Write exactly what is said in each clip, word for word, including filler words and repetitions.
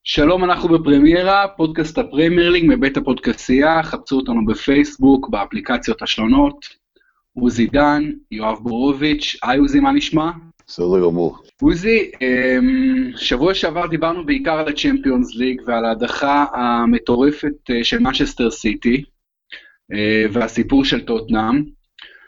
שלום, אנחנו בפרמיירה, פודקאסט הפרמייר ליג מבית הפודקאסייה, חפשו אותנו בפייסבוק, באפליקציות השונות. עוזי דן, יואב בורוביץ', היי עוזי, מה נשמע? בסדר גמור. עוזי, שבוע שעבר דיברנו בעיקר על הצ'מפיונס ליג ועל ההדחה המטורפת של מנצ'סטר סיטי, והסיפור של טוטנהאם.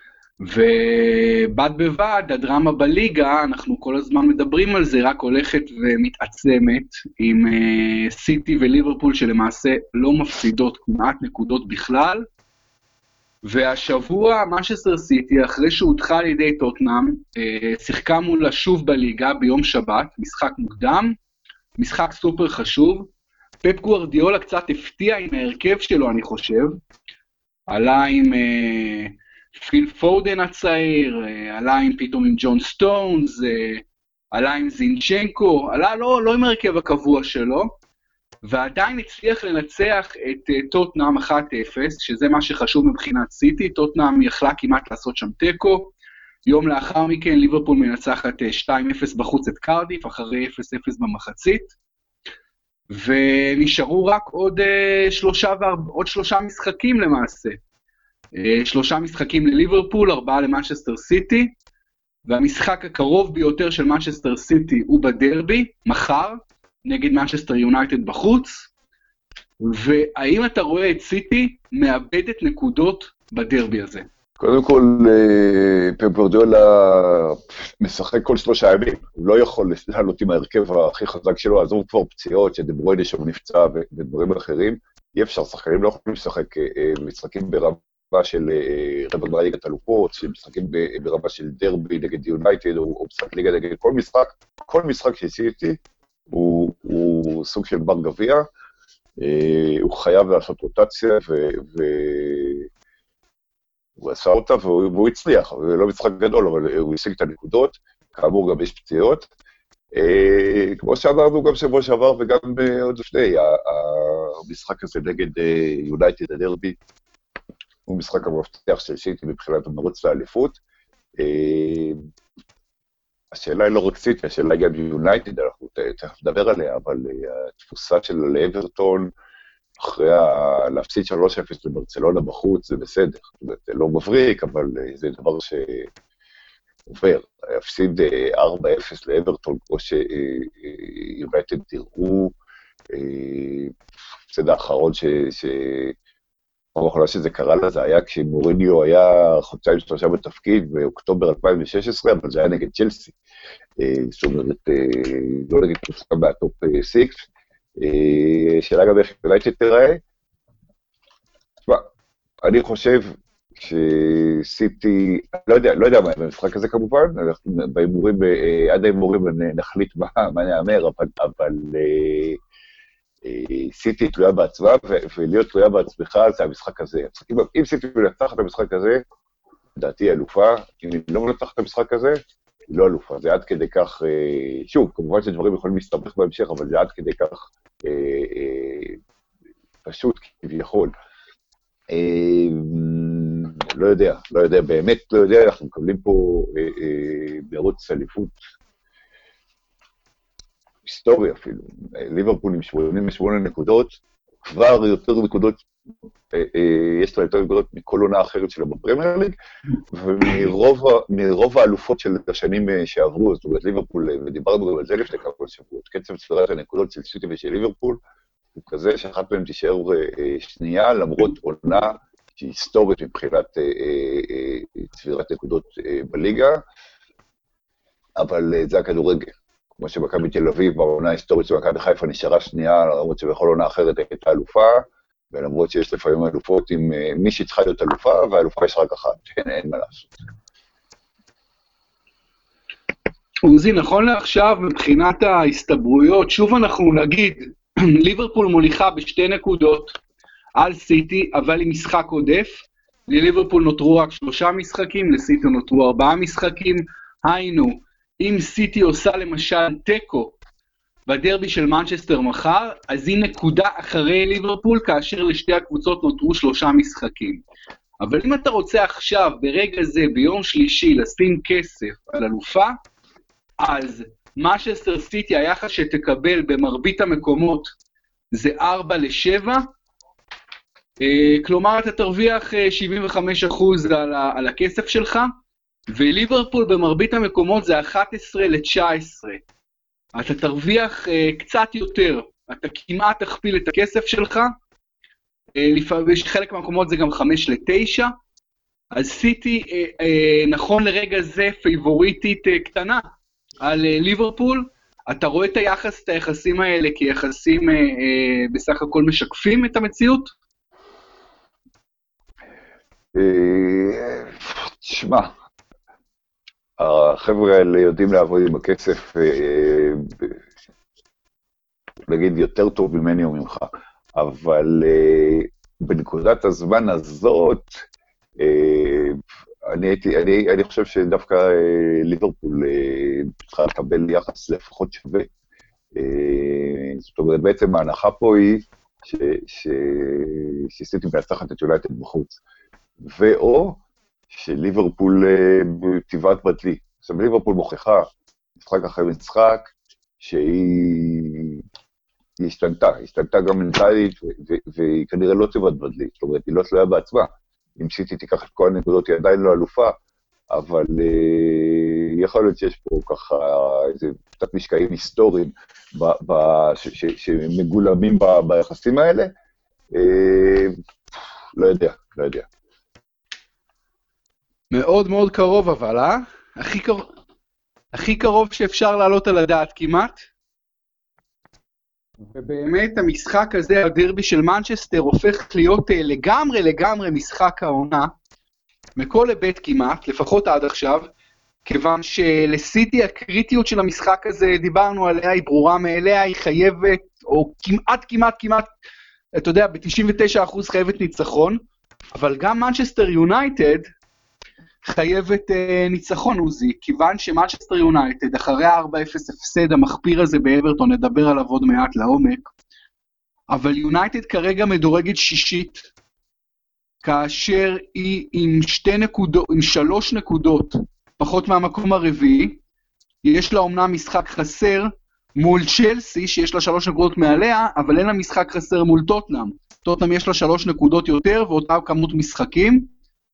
ובד בבד, הדרמה בליגה, אנחנו כל הזמן מדברים על זה, רק הולכת ומתעצמת עם uh, סיטי וליברפול שלמעשה לא מפסידות כמעט נקודות בכלל, והשבוע מנצ'סטר סיטי, אחרי שהודחה על ידי טוטנהאם, uh, שיחקה מולה שוב בליגה ביום שבת, משחק מוקדם, משחק סופר חשוב. פפ גוארדיולה קצת הפתיע עם ההרכב שלו, אני חושב, עלה עם... Uh, פיל פודן הצעיר, עלה עם פתאום עם ג'ון סטונס, עלה עם זינצ'נקו, עלה לא, לא עם הרכב הקבוע שלו, ועדיין הצליח לנצח את טוטנהאם אחת אפס, שזה מה שחשוב מבחינת סיטי. טוטנהאם יכלה כמעט לעשות שם טקו, יום לאחר מכן ליברפול מנצחת שתיים אפס בחוץ את קרדיף, אחרי אפס אפס במחצית, ונשארו רק עוד שלושה, עוד שלושה משחקים למעשה. שלושה משחקים לליברפול, ארבעה למנצ'סטר סיטי, והמשחק הקרוב ביותר של מנצ'סטר סיטי הוא בדרבי, מחר, נגד מנצ'סטר יונייטד בחוץ. והאם אתה רואה את סיטי מאבדת נקודות בדרבי הזה? קודם כל, פפ גוארדיולה משחק כל שלושה ימים, הוא לא יכול לעלות עם ההרכב הכי חזק שלו, עזוב כבר פציעות, שדברוינה שם נפצע ודברים אחרים, אי אפשר, שחקנים לא יכולים לשחק משחקים ברמה, של רבע גמר ליגת אלופות, שמשחקים ברמה של דרבי נגד יונייטד, או משחק ליגה נגד כל משחק, כל משחק שעשיתי הוא, הוא סוג של בר גביע, הוא חייב לעשות רוטציה, והוא עשה אותה, והוא הצליח, לא משחק גדול, אבל הוא השיג את הנקודות, כאמור גם יש פציעות, כמו שאמרנו גם שבוע שעבר, וגם עוד לפני, המשחק הזה נגד יונייטד הדרבי, הוא משחק המפתח של סיטי מבחינת המרוץ לאליפות. השאלה היא לא רק סיטי, השאלה היא גם יונייטד, אנחנו תכף נדבר עליה, אבל התפוסה של לאברטון, אחרי להפסיד שלוש אפס לברצלונה בחוץ, זה בסדר. זה לא מבריק, אבל זה דבר שעובר. להפסיד ארבע אפס לאברטון, כמו שיונייטד תראו, הפסד האחרון ש... פעם האחרונה שזה קרה לה, זה היה כשמוריניו היה חודשיים שלושה בתפקיד, באוקטובר אלפיים ושש עשרה, אבל זה היה נגד צ'לסי. זאת אומרת, לא נגד תפסקה מהטופ סיקס. שאלה גם איך אולי שתראה. תשמע, אני חושב שסיטי, לא יודע, לא יודע מה, במשחק הזה כמובן, בהימורים, עד ההימורים נחליט מה נאמר, אבל... סיטי תלויה בעצמה, ולהיות תלויה בעצמך זה המשחק הזה. אם סיטי מנצחת את המשחק הזה, לדעתי אלופה, אם היא לא מנצחת את המשחק הזה, היא לא אלופה. זה עד כדי כך, שוב, כמובן שדברים יכולים להסתבך בהמשך, אבל זה עד כדי כך פשוט כביכול. לא יודע, לא יודע, באמת לא יודע, אנחנו מקבלים פה בערוץ אליפות, היסטוריה אפילו, ליברפול עם שמונים ושמונה נקודות, כבר יותר נקודות, יש לה יותר נקודות מכל עונה אחרת שלה בפרמייר ליג, ומרוב האלופות של השנים שעברו, זאת אומרת ליברפול, ודיברנו גם על זה לפני כמה שבועות, קצב ספירת הנקודות של סיטי ושל ליברפול, הוא כזה שאחת מהם תישאר שנייה, למרות עונה שהיא היסטורית מבחינת ספירת נקודות בליגה, אבל זה הכדורגל. כמו שמכבי תל אביב, בעונה ההיסטורית של מכבי חיפה נשארה שנייה, למרות שבכל עונה אחרת הייתה אלופה, ולמרות שיש לפעמים אלופות עם מי שצריכה להיות אלופה, והאלופה יש רק אחת, אין מה לעשות. עוזי, נכון לעכשיו, מבחינת ההסתברויות, שוב אנחנו נגיד, ליברפול מוליכה בשתי נקודות על סיטי, אבל עם משחק עודף, לליברפול נותרו רק שלושה משחקים, לסיטי נותרו ארבעה משחקים, היינו, אם סיטי עושה למשל טקו בדרבי של מנצ'סטר מחר, אז היא נקודה אחרי ליברפול, כאשר לשתי הקבוצות נותרו שלושה משחקים. אבל אם אתה רוצה עכשיו, ברגע זה, ביום שלישי, לשים כסף על אלופה, אז מנצ'סטר סיטי, היחס שתקבל במרבית המקומות זה ארבע לשבע, כלומר אתה תרוויח שבעים וחמישה אחוז על, ה- על הכסף שלך, וליברפול במרבית המקומות זה אחת עשרה לתשע עשרה. אתה תרוויח uh, קצת יותר, אתה כמעט תכפיל את הכסף שלך, uh, לפעמים חלק מהמקומות זה גם חמש לתשע, אז סיטי uh, uh, נכון לרגע זה פייבוריטית uh, קטנה על uh, ליברפול. אתה רואה את היחס, את היחסים האלה כיחסים uh, uh, בסך הכל משקפים את המציאות? תשמע, החבר'ה האלה יודעים לעבוד עם הכסף, נגיד יותר טוב ממני או ממך, אבל בנקודת הזמן הזאת, אני, הייתי, אני, אני חושב שדווקא ליברפול צריכה לקבל יחס לפחות שווה. זאת אומרת, בעצם ההנחה פה היא שסיטי מנצחת את יונייטד בחוץ, ואו שליברפול טבעת בדלי. עכשיו, ליברפול מוכיחה, משחק אחרי משחק, שהיא השתנתה, השתנתה גם מנטלית, והיא כנראה לא טבעת בדלי, זאת אומרת, היא לא תלויה בעצמה. אם סיטי תיקח את כל הנקודות, היא עדיין לא אלופה, אבל יכול להיות שיש פה ככה איזה קצת משקעים היסטוריים שמגולמים ביחסים האלה. לא יודע, לא יודע. מאוד מאוד קרוב אבל, אה? הכי קרוב, הכי קרוב שאפשר לעלות על הדעת כמעט. ובאמת המשחק הזה, הדרבי של מנצ'סטר, הופך להיות לגמרי לגמרי משחק העונה, מכל היבט כמעט, לפחות עד עכשיו, כיוון שלסיטי הקריטיות של המשחק הזה, דיברנו עליה, היא ברורה מאליה, היא חייבת, או כמעט כמעט כמעט, אתה יודע, ב-תשעים ותשעה אחוז חייבת ניצחון, אבל גם מנצ'סטר יונייטד, חייבת אה, ניצחון עוזי, כיוון שמנצ'סטר יונייטד, אחרי ה-ארבע אפס הפסד המחפיר הזה באברטון, נדבר עליו עוד מעט לעומק, אבל יונייטד כרגע מדורגת שישית, כאשר היא עם שתי נקודות, עם שלוש נקודות, פחות מהמקום הרביעי, יש לה אומנם משחק חסר מול צ'לסי, שיש לה שלוש נקודות מעליה, אבל אין לה משחק חסר מול טוטנהאם. טוטנהאם יש לה שלוש נקודות יותר, ואותה כמות משחקים,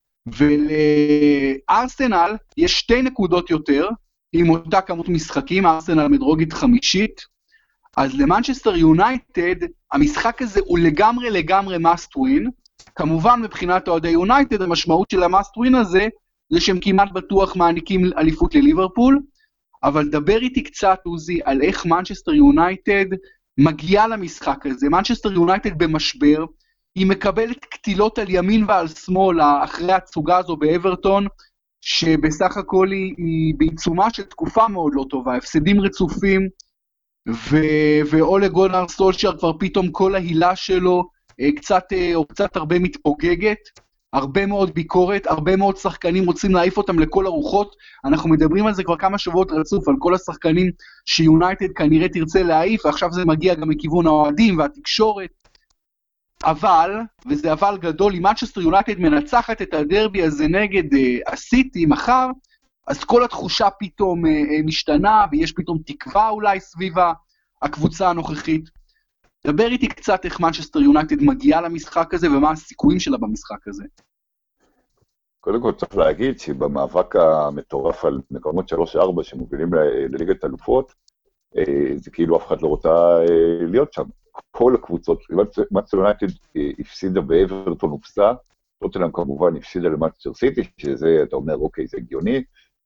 ולארסנל יש שתי נקודות יותר, עם אותה כמות משחקים, ארסנל מדרוגית חמישית, אז למנצ'סטר יונייטד, המשחק הזה הוא לגמרי לגמרי must win, כמובן מבחינת אוהדי יונייטד, המשמעות של ה-must win הזה, זה שהם כמעט בטוח מעניקים אליפות לליברפול, אבל דבר איתי קצת, עוזי, על איך מנצ'סטר יונייטד מגיעה למשחק הזה. מנצ'סטר יונייטד במשבר, היא מקבלת קטילות על ימין ועל שמאל, אחרי הצוגה הזו באברטון, שבסך הכל היא, היא בעיצומה של תקופה מאוד לא טובה, הפסדים רצופים, ו- ואולה גונר סולשר כבר פתאום כל ההילה שלו, קצת, או קצת הרבה מתפוגגת, הרבה מאוד ביקורת, הרבה מאוד שחקנים רוצים להעיף אותם לכל הרוחות, אנחנו מדברים על זה כבר כמה שבועות רצוף, על כל השחקנים שיונייטד כנראה תרצה להעיף, ועכשיו זה מגיע גם מכיוון האוהדים והתקשורת, אבל, וזה אבל גדול, אם מנצ'סטר יונייטד מנצחת את הדרבי הזה נגד uh, הסיטי מחר, אז כל התחושה פתאום uh, uh, משתנה, ויש פתאום תקווה אולי סביב הקבוצה הנוכחית. דבר איתי קצת איך מנצ'סטר יונייטד מגיעה למשחק הזה, ומה הסיכויים שלה במשחק הזה. קודם כל צריך להגיד שבמאבק המטורף על מקומות שלוש ארבע שמובילים לליגת אלופות, זה כאילו אף אחד לא רוצה להיות שם. כל הקבוצות, מנצ'סטר יונייטד הפסידה באברטון הופסה, טוטנהאם כמובן הפסידה למנצ'סטר סיטי, שזה אתה אומר אוקיי זה הגיוני,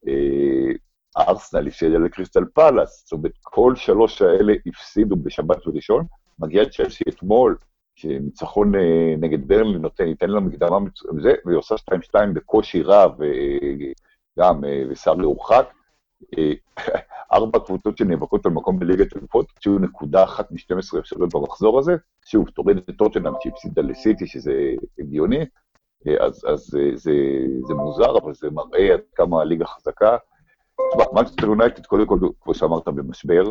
ארסנל הפסידה לקריסטל פלאס, זאת אומרת כל שלוש האלה הפסידו בשבת וראשון, מגיע צ'לסי אתמול, שניצחון נגד ברנלי נותן, ייתן לה מקדמה זה, והיא עושה שתיים שתיים בקושי רב, וגם ושר להורחק, ארבע קבוצות שנאבקות על מקום בליגת אלופות, שהיו נקודה אחת מ-שתים עשרה אפשרויות במחזור הזה, שוב, תוריד את טוטנהאם שהפסידה לסיטי, שזה הגיוני, אז, אז זה, זה, זה מוזר, אבל זה מראה עד כמה הליגה חזקה. מנצ'סטר יונייטד, קודם כל, כמו שאמרת, במשבר,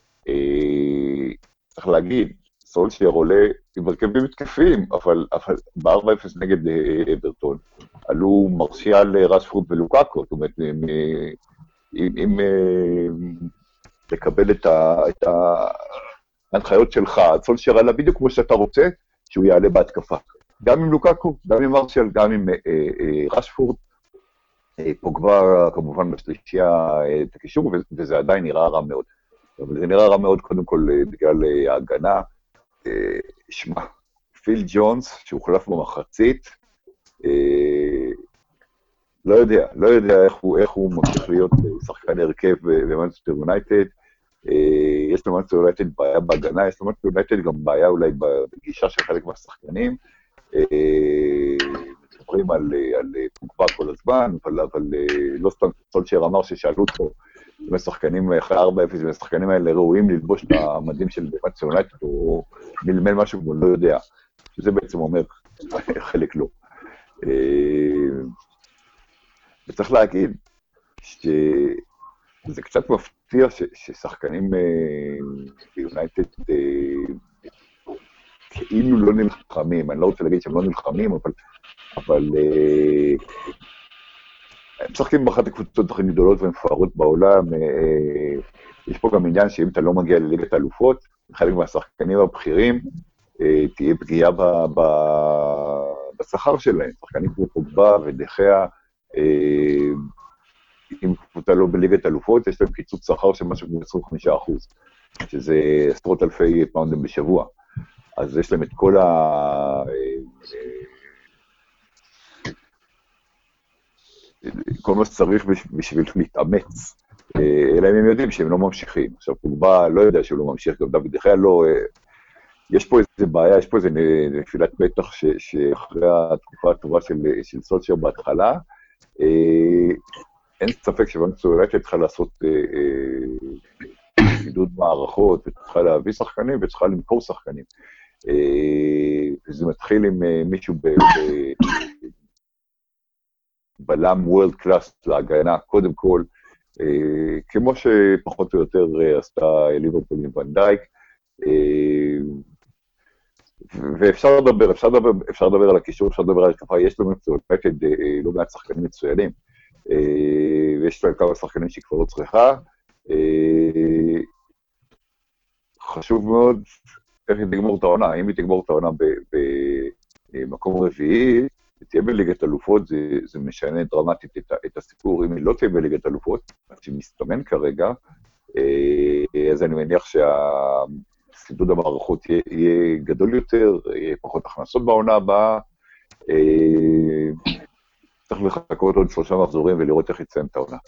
צריך להגיד, סולשייר עולה עם הרכבים מתקפים, אבל, אבל ב-ארבע אפס נגד אברטון, עלו מרשיאל, רשפורד ולוקאקו, זאת אומרת, עם, עם, עם לקבל את, ה, את ההנחיות שלך, סולשר עלה בדיוק כמו שאתה רוצה, שהוא יעלה בהתקפה. גם עם לוקאקו, גם עם מרשל, גם עם אה, אה, רשפורד, אה, פוגבה כמובן בשלישייה אה, את הקישור, וזה עדיין נראה רע מאוד. אבל זה נראה רע מאוד קודם כל אה, בגלל אה, ההגנה. אה, שמע, פיל ג'ונס, שהוחלף במחצית, אה, לא יודע, לא יודע איך הוא, איך הוא ממשיך להיות שחקן הרכב במנצ'סטר יונייטד. יש למנצ'סטר יונייטד בעיה בהגנה, יש למנצ'סטר יונייטד גם בעיה אולי בגישה של חלק מהשחקנים. מדברים על, על פוגבה כל הזמן, אבל, אבל לא סתם סולשר אמר ששאלו אותו אם השחקנים אחרי ארבע אפס, והשחקנים האלה ראויים ללבוש את המדים של מנצ'סטר יונייטד, או מלמל משהו כמו לא יודע, שזה בעצם אומר חלק לא. וצריך להגיד שזה קצת מפתיע ש, ששחקנים ביונייטד כאילו לא נלחמים, אני לא רוצה להגיד שהם לא נלחמים, אבל, אבל הם משחקים באחת הקבוצות הכי גדולות ומפוארות בעולם. יש פה גם עניין שאם אתה לא מגיע לליגת האלופות, חלק מהשחקנים הבכירים, תהיה פגיעה ב, ב, בשכר שלהם, שחקנים כמו פוגבה ודחיה, אם קבוצה לא בליגת אלופות, יש להם קיצוץ שכר של משהו כמו עשרים וחמישה אחוז, שזה עשרות אלפי פאונדים בשבוע. אז יש להם את כל ה... כל מה שצריך בשביל להתאמץ, אלא אם הם יודעים שהם לא ממשיכים. עכשיו, פוגבה לא יודע שהוא לא ממשיך, גם דוד דחיה לא... יש פה איזו בעיה, יש פה איזו נפילת פתח שאחרי התקופה הטובה של סולשר בהתחלה, אין ספק שמנצ'סטר יונייטד צריכה לעשות עידוד מערכות, וצריכה להביא שחקנים וצריכה למכור שחקנים. וזה מתחיל עם מישהו בלם וורלד קלאס להגנה, קודם כל, כמו שפחות או יותר עשתה ליברפול עם ון דייק, ואפשר לדבר, אפשר לדבר, אפשר לדבר על הקישור, אפשר לדבר על התקפה, יש לו מצוינת, לא מעט שחקנים מצוינים, ויש להם כמה שחקנים שהיא כבר לא צריכה. חשוב מאוד איך היא תגמור את העונה, אם היא תגמור את העונה במקום רביעי, תהיה בליגת אלופות, זה, זה משנה דרמטית את, את הסיפור. אם היא לא תהיה בליגת אלופות, שמסתמן כרגע, אז אני מניח שהסידוד המערכות יהיה, יהיה גדול יותר, יהיה פחות הכנסות בעונה הבאה, צריך לחכות עוד שלושה מחזורים ולראות איך יציין את העונה.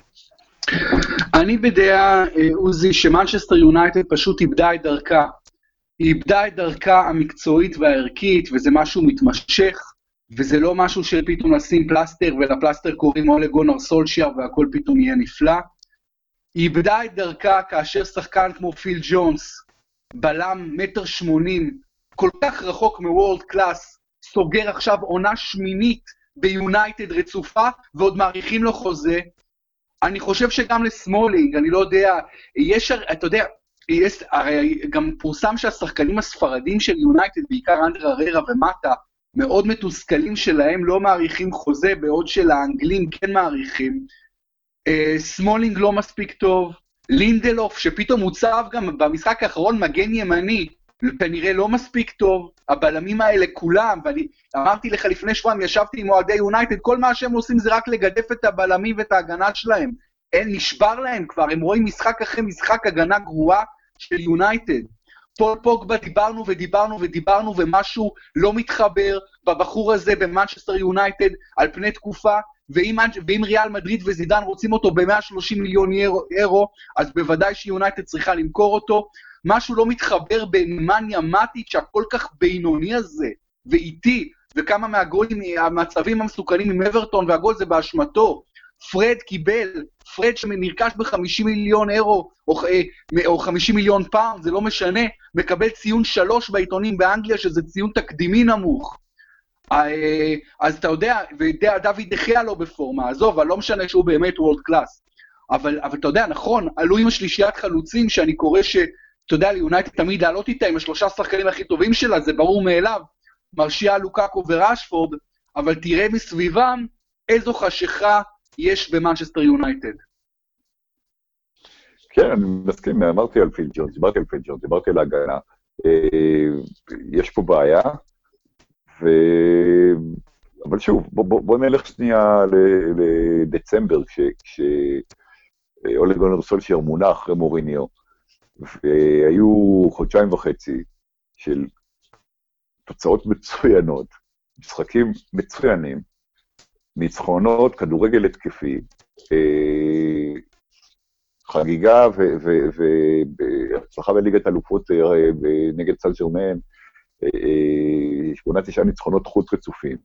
אני בדעה, עוזי, שמנצ'סטר יונייטד פשוט איבדה את דרכה. היא איבדה את דרכה המקצועית והערכית, וזה משהו מתמשך, וזה לא משהו שפתאום נשים פלסטר, ולפלסטר קוראים אולה גונר סולשייר, והכל פתאום יהיה נפלא. היא איבדה את דרכה כאשר שחקן כמו פיל ג'ונס, בלם מטר שמונים, כל כך רחוק מוורלד קלאס, סוגר עכשיו עונה שמינית ביונייטד רצופה, ועוד מעריכים לו חוזה. אני חושב שגם לסמולינג, אני לא יודע, יש, אתה יודע, יש, הרי גם פורסם שהשחקנים הספרדים של יונייטד, בעיקר אנדר אררה ומטה, מאוד מתוסכלים שלהם לא מעריכים חוזה, בעוד של האנגלים כן מעריכים. סמולינג לא מספיק טוב, לינדלוף שפתאום מוצב גם במשחק האחרון מגן ימני, כנראה לא מספיק טוב, הבלמים האלה כולם, ואני אמרתי לך לפני שבועיים, ישבתי עם אוהדי יונייטד, כל מה שהם עושים זה רק לגדף את הבלמים ואת ההגנה שלהם, אין, נשבר להם כבר, הם רואים משחק אחרי משחק הגנה גרועה של יונייטד. פול פוגבה דיברנו ודיברנו ודיברנו, ומשהו לא מתחבר בבחור הזה במנצ'סטר יונייטד על פני תקופה, ואם, ואם ריאל מדריד וזידן רוצים אותו ב-מאה ושלושים מיליון אירו, אז בוודאי שיונייטד צריכה למכור אותו. משהו לא מתחבר במניה מאטיץ' הכל כך בינוני הזה, ואיטי, וכמה מהגולים, המצבים המסוכנים עם אברטון, והגול זה באשמתו. פרד קיבל, פרד שנרכש ב-חמישים מיליון אירו, או, או חמישים מיליון פאונד, זה לא משנה, מקבל ציון שלוש בעיתונים באנגליה, שזה ציון תקדימי נמוך. אז אתה יודע, ודוד דחיה לא בפורמה, עזוב, אבל לא משנה שהוא באמת וורלד קלאס. אבל, אבל אתה יודע, נכון, עלו עם השלישיית חלוצים, שאני קורא ש... אתה יודע, ליונייטד תמיד לעלות איתה עם השלושה שחקנים הכי טובים שלה, זה ברור מאליו, מרשיאל, לוקאקו ורשפורד, אבל תראה מסביבם איזו חשיכה יש במנצ'סטר יונייטד. כן, אני מסכים, אמרתי על פיל ג'ונס, דיברתי על פיל ג'ונס, דיברתי על ההגנה. יש פה בעיה, ו... אבל שוב, בוא, בוא, בוא נלך שנייה לדצמבר, כשאולה גונר סולשייר מונה אחרי מוריניו, והיו חודשיים וחצי של תוצאות מצוינות, משחקים מצוינים, ניצחונות, כדורגל התקפי, חגיגה והצלחה בליגת אלופות נגד סן ז'רמן, שמונה תשעה ניצחונות חוץ רצופים,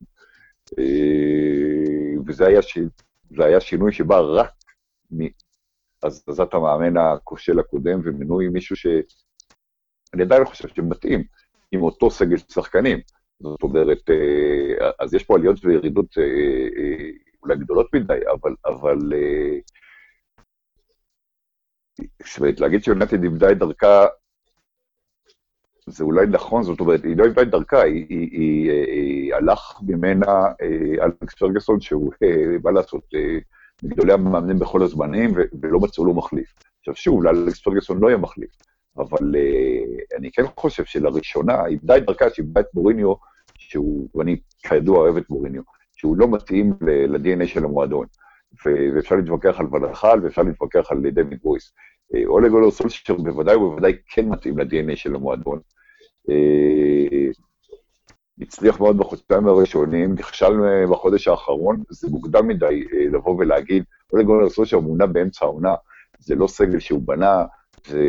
וזה היה, ש... היה שינוי שבא רק מהזזת המאמן הכושל הקודם, ומינוי מישהו שאני עדיין חושב שמתאים עם אותו סגל שחקנים. זאת אומרת, אז יש פה עליות וירידות אולי גדולות מדי, אבל, אבל שבאת, להגיד שיונתן איבדה את דרכה, זה אולי נכון, זאת אומרת, היא לא איבדה את דרכה, היא, היא, היא, היא הלך ממנה אלכס פרגוסון, שהוא בא לעשות מגדולי המאמנים בכל הזמנים, ולא מצאו לו מחליף. עכשיו שוב, לאלכס פרגוסון לא יהיה מחליף, אבל אני כן חושב שלראשונה, היא איבדה את דרכה, שאיבדה את מוריניו, שהוא, ואני כידוע אוהב את מוריניו, שהוא לא מתאים ל-די אן איי של המועדון, ואפשר להתווכח על ולחל, ואפשר להתווכח על דויד בויס. אולה גונר סולשייר בוודאי ובוודאי כן מתאים ל-די אן איי של המועדון. הצליח מאוד בחודשיים הראשונים, נכשל בחודש האחרון, זה מוקדם מדי לבוא ולהגיד, אולה גונר סולשייר מונה באמצע העונה, זה לא סגל שהוא בנה, זה...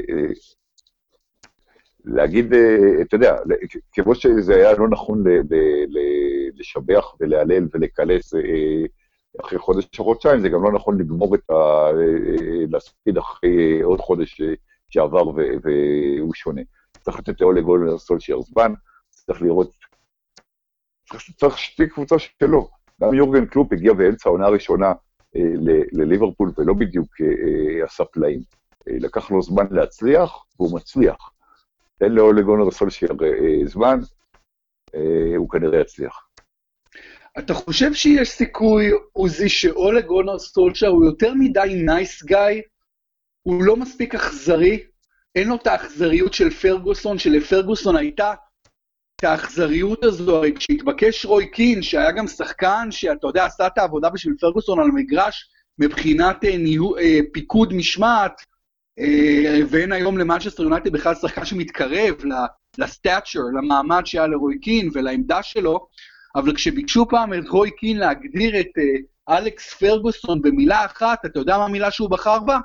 להגיד, אתה יודע, כמו שזה היה לא נכון לשבח ולהלל ולקלס אחרי חודש או חודשיים, זה גם לא נכון לגמור את ה... להספיד אחרי עוד חודש שעבר והוא שונה. צריך לתת לאולה גונר סולשייר זמן, צריך לראות, צריך שתי קבוצה שלו. גם יורגן קלופ הגיע באמצע העונה הראשונה לליברפול ולא בדיוק עשה פלאים. לקח לו זמן להצליח והוא מצליח. תן לאולה גונר סולשייר זמן, הוא כנראה יצליח. אתה חושב שיש סיכוי, עוזי, שאולה גונר סולשייר הוא יותר מדי נייס גאי, הוא לא מספיק אכזרי, אין לו את האכזריות של פרגוסון, שלפרגוסון הייתה את האכזריות הזו, כשהתבקש רוי קין, שהיה גם שחקן, שאתה יודע, עשה את העבודה בשביל פרגוסון על המגרש, מבחינת ניהו, פיקוד משמעת, ואין היום למנצ'סטר יונייטד בכלל שחקן שמתקרב לסטאצ'ר, למעמד שהיה לרוי קין ולעמדה שלו, אבל כשביקשו פעם את רוי קין להגדיר את אלכס פרגוסון במילה אחת, אתה יודע מה המילה שהוא בחר בה?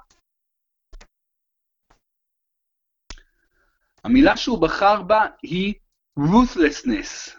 המילה שהוא בחר בה היא ruthlessness.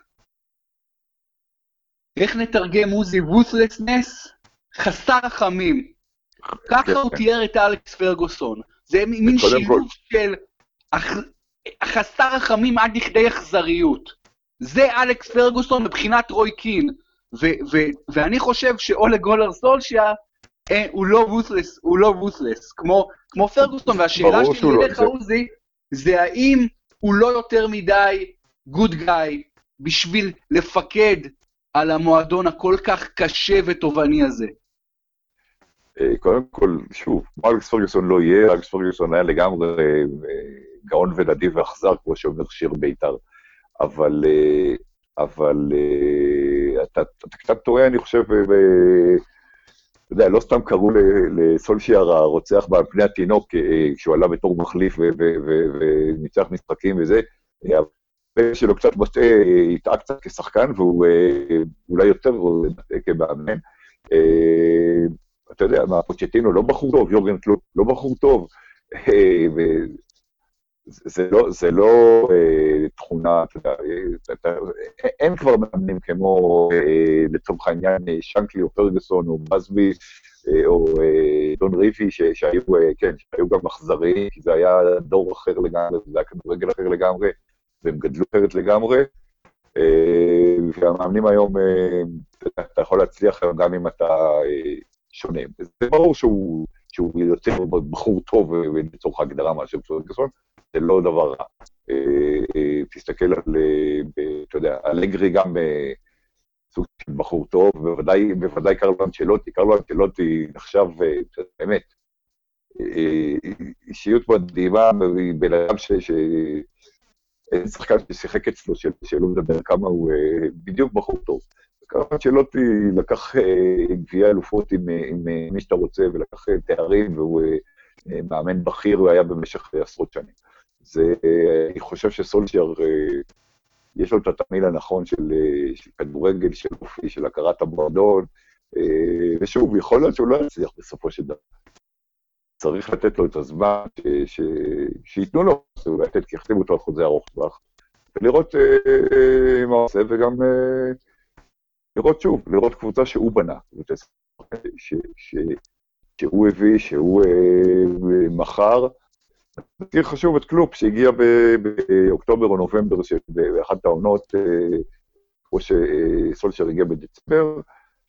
איך נתרגם עוזי ruthlessness? חסר רחמים. ככה הוא תיאר את אלכס פרגוסון. זה מין שילוב של חסר רחמים עד לכדי אכזריות. זה אלכס פרגוסון מבחינת רוי קין. ואני חושב שאולה גונר סולשייר הוא לא ruthless, הוא לא ruthless, כמו פרגוסון. והשאלה שלי אליך עוזי, זה האם הוא לא יותר מדי good guy בשביל לפקד על המועדון הכל כך קשה וטובעני הזה. קודם כל, שוב, אלכס פרגוסון לא יהיה, אלכס פרגוסון היה לגמרי גאון ונדיב ואכזר, כמו שאומר שיר בית"ר, אבל, אבל אתה, אתה קצת טועה, אני חושב, אתה יודע, לא סתם קראו לסולשייר הרוצח בעל פני התינוק, כשהוא עלה בתור מחליף וניצח משחקים וזה, הבן שלו קצת מטעה, יטעה קצת כשחקן, והוא אולי יותר כמאמן, אתה יודע, מה, פוצ'טינו לא בחור טוב, יורגן קלופ לא בחור טוב, זה לא, זה לא תכונה, אתה יודע, אין כבר מאמנים כמו, לצורך העניין, שנקלי או פרגוסון או בסבי, או דון ריבי, שהיו, כן, שהיו גם אכזריים, כי זה היה דור אחר לגמרי, זה היה כדורגל אחר לגמרי, והם גדלו אחרת לגמרי, והמאמנים היום, אתה יכול להצליח גם אם אתה שונה. זה ברור שהוא, שהוא יותר בחור טוב ולצורך ההגדרה מאשר פרגוסון, זה לא דבר רע. תסתכל על, אתה יודע, אלגרי גם סוג של בחור טוב, בוודאי, בוודאי קרלו אנצ'לוטי, קרלו אנצ'לוטי נחשב, באמת, אישיות מדהימה, בן אדם ש... אין שחקן ששיחק אצלו, שלא מדבר כמה הוא בדיוק בחור טוב. כמובן שלוטי לקח גביע אלופות עם, עם מי שאתה רוצה, ולקח תארים, והוא מאמן בכיר, הוא היה במשך עשרות שנים. זה, אני חושב שסולשייר, יש לו את התמיל הנכון של, של כדורגל, של אופי, של הכרת המועדון, ושוב, יכול להיות שהוא לא יצליח בסופו של דבר. צריך לתת לו את הזמן, ש, ש, שייתנו לו, אולי לתת, כי יחתימו אותו על חוזה ארוך טווח, ולראות אה, מה עושה, וגם אה, לראות שוב, לראות קבוצה שהוא בנה, ש, ש, שהוא הביא, שהוא אה, מחר. זה חשוב את קלופ שהגיע באוקטובר או נובמבר, באחת העונות, אה, כמו שסולשייר הגיע בדצמבר,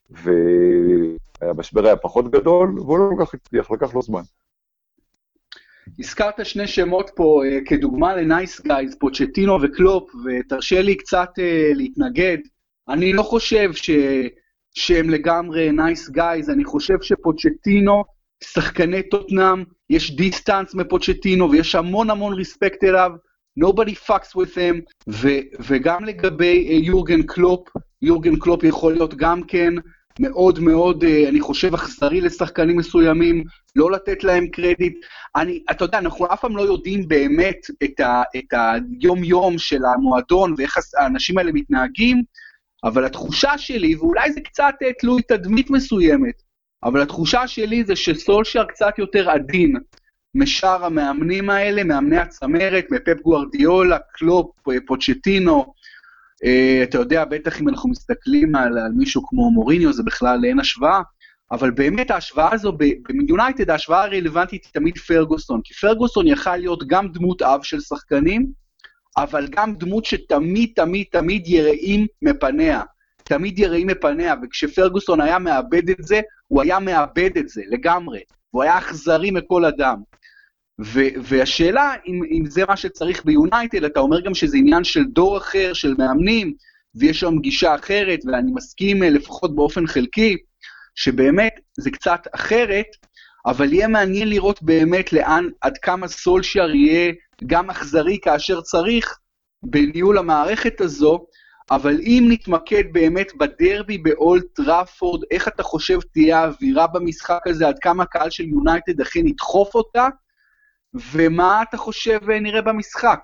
והמשבר היה פחות גדול, והוא לא כל כך הצליח, לקח לו זמן. הזכרת שני שמות פה כדוגמה לנייס גייז, פוצ'טינו וקלופ, ותרשה לי קצת להתנגד. אני לא חושב ש... שהם לגמרי נייס גייז, אני חושב שפוצ'טינו, שחקני טוטנאם, יש דיסטנס מפוצ'טינו, ויש המון המון ריספקט אליו, nobody fucks with him, ו- וגם לגבי יורגן קלופ, יורגן קלופ יכול להיות גם כן מאוד מאוד, אני חושב, אכזרי לשחקנים מסוימים, לא לתת להם קרדיט. אני, אתה יודע, אנחנו אף פעם לא יודעים באמת את, ה- את היום יום של המועדון, ואיך האנשים האלה מתנהגים, אבל התחושה שלי, ואולי זה קצת תלוי תדמית מסוימת, אבל התחושה שלי זה שסולשייר קצת יותר עדין, משאר המאמנים האלה, מאמני הצמרת, מפפ גוארדיולה, קלופ, פוצ'טינו, uh, אתה יודע, בטח אם אנחנו מסתכלים על, על מישהו כמו מוריניו, זה בכלל אין השוואה, אבל באמת ההשוואה הזו, ביונייטד ההשוואה הרלוונטית היא תמיד פרגוסון, כי פרגוסון יכל להיות גם דמות אב של שחקנים, אבל גם דמות שתמיד תמיד תמיד יראים מפניה, תמיד יראים מפניה, וכשפרגוסון היה מאבד את זה, הוא היה מאבד את זה לגמרי, הוא היה אכזרי מכל אדם. ו- והשאלה, אם, אם זה מה שצריך ביונייטד, אתה אומר גם שזה עניין של דור אחר, של מאמנים, ויש שם גישה אחרת, ואני מסכים לפחות באופן חלקי, שבאמת זה קצת אחרת, אבל יהיה מעניין לראות באמת לאן, עד כמה סולשייר יהיה גם אכזרי כאשר צריך, בניהול המערכת הזו, אבל אם נתמקד באמת בדרבי באולד טראפורד, איך אתה חושב תהיה האווירה במשחק הזה, עד כמה הקהל של יונייטד אכן ידחוף אותה, ומה אתה חושב נראה במשחק?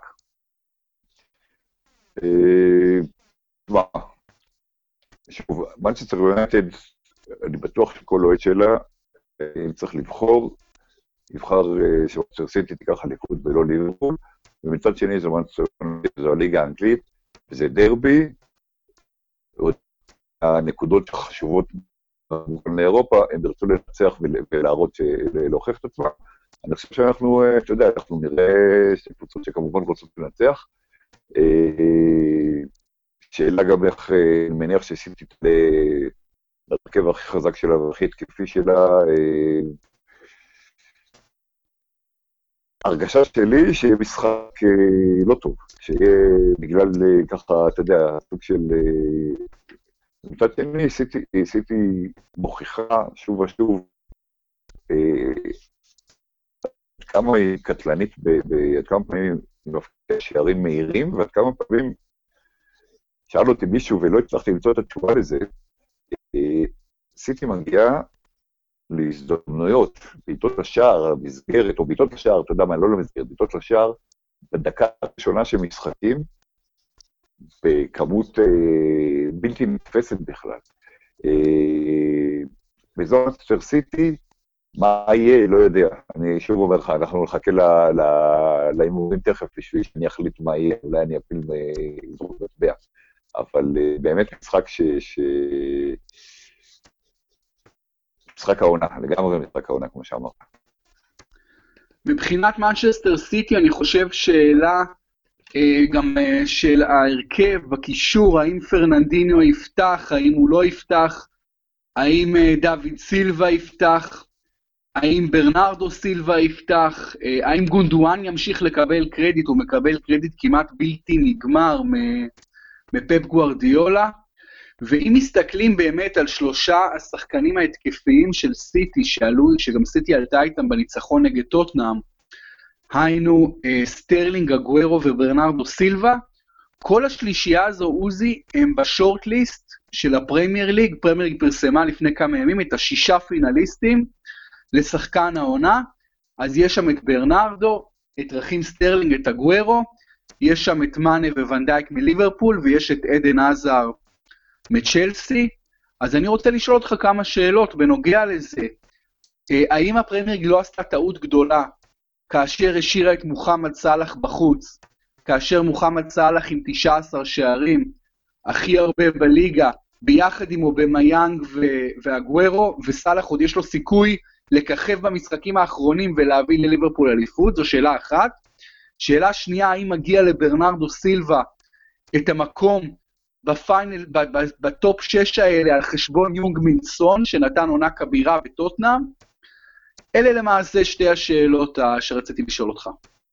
מה? שוב, מנצ'סטר יונייטד, אני בטוח שכל אוהד שלה, אם צריך לבחור, יבחר שמנצ'סטר סיטי תיקח אליפות ולא ליברפול, ומצד שני זה מנצ'סטר יונייטד, זו הליגה האנגלית, וזה דרבי, הנקודות שחשובות לאירופה, הם ירצו לנצח ולהראות, להוכיח את עצמם. אני חושב שאנחנו, אתה יודע, אנחנו נראה קבוצות שכמובן רוצות לנצח. שאלה גם איך, אני מניח שסיטי תעלה לרכב הכי חזק שלה והכי התקפי שלה. הרגשה שלי שיהיה משחק לא טוב, שיהיה בגלל ככה, אתה יודע, סוג של... מצד שני, סיטי, סיטי מוכיחה שוב ושוב עד כמה היא קטלנית, עד כמה פעמים היא מפקיעה שערים מהירים, ועד כמה פעמים שאל אותי מישהו ולא הצלחתי למצוא את התשובה לזה, סיטי מגיעה להזדמנויות, בעיטות לשער, המסגרת, או בעיטות לשער, אתה יודע מה, לא למסגרת, בעיטות לשער, בדקה הראשונה של משחקים, בכמות אה, בלתי נתפסת בכלל. אה, בזו מנצ'סטר סיטי, מה יהיה, לא יודע. אני שוב אומר לך, אנחנו נחכה להימורים תכף בשביל שאני אחליט מה יהיה, אולי אני אפיל מזרוק מטבע. אבל אה, באמת משחק ש... ש... משחק העונה, לגמרי משחק העונה, כמו שאמרת. מבחינת מנצ'סטר סיטי, אני חושב שאלה גם של ההרכב בקישור, האם פרננדיניו יפתח, האם הוא לא יפתח, האם דוד סילבה יפתח, האם ברנרדו סילבה יפתח, האם גונדואן ימשיך לקבל קרדיט, הוא מקבל קרדיט כמעט בלתי נגמר מפפ גוארדיולה, ואם מסתכלים באמת על שלושה השחקנים ההתקפיים של סיטי, שעלו, שגם סיטי עלתה איתם בניצחון נגד טוטנהאם, היינו סטרלינג, אגוארו וברנרדו סילבה, כל השלישייה הזו, עוזי, הם בשורט ליסט של הפרמייר ליג, פרמייר ליג פרסמה לפני כמה ימים את השישה פינליסטים לשחקן העונה, אז יש שם את ברנרדו, את רכים סטרלינג, את אגוארו, יש שם את מאנה וונדייק מליברפול, ויש את עדן עזר מצ'לסי. אז אני רוצה לשאול אותך כמה שאלות בנוגע לזה. האם הפרמייר ליג לא עשתה טעות גדולה, כאשר השאירה את מוחמד סלאח בחוץ, כאשר מוחמד סלאח עם תשעה עשר שערים, הכי הרבה בליגה, ביחד עם אובמיאנג ואגוארו, וסלאח עוד יש לו סיכוי לככב במשחקים האחרונים ולהביא לליברפול אליפות? זו שאלה אחת. שאלה שנייה, האם מגיע לברנרדו סילבה את המקום בפיינל, בטופ שש האלה, על חשבון יונג מינסון, שנתן עונה כבירה בטוטנהאם? אלה למעשה שתי השאלות שרציתי לשאול אותך.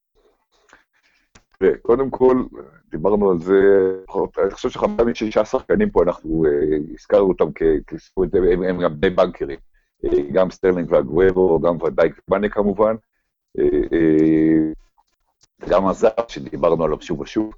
קודם כל, דיברנו על זה, אני חושב שחמדה משישה שחקנים פה, אנחנו הזכרנו אותם כספו, הם גם בני בנקרים, גם סטרלינג ואגוארו, גם ודייק ובאנה כמובן, גם עזר שדיברנו עליו שוב ושוב.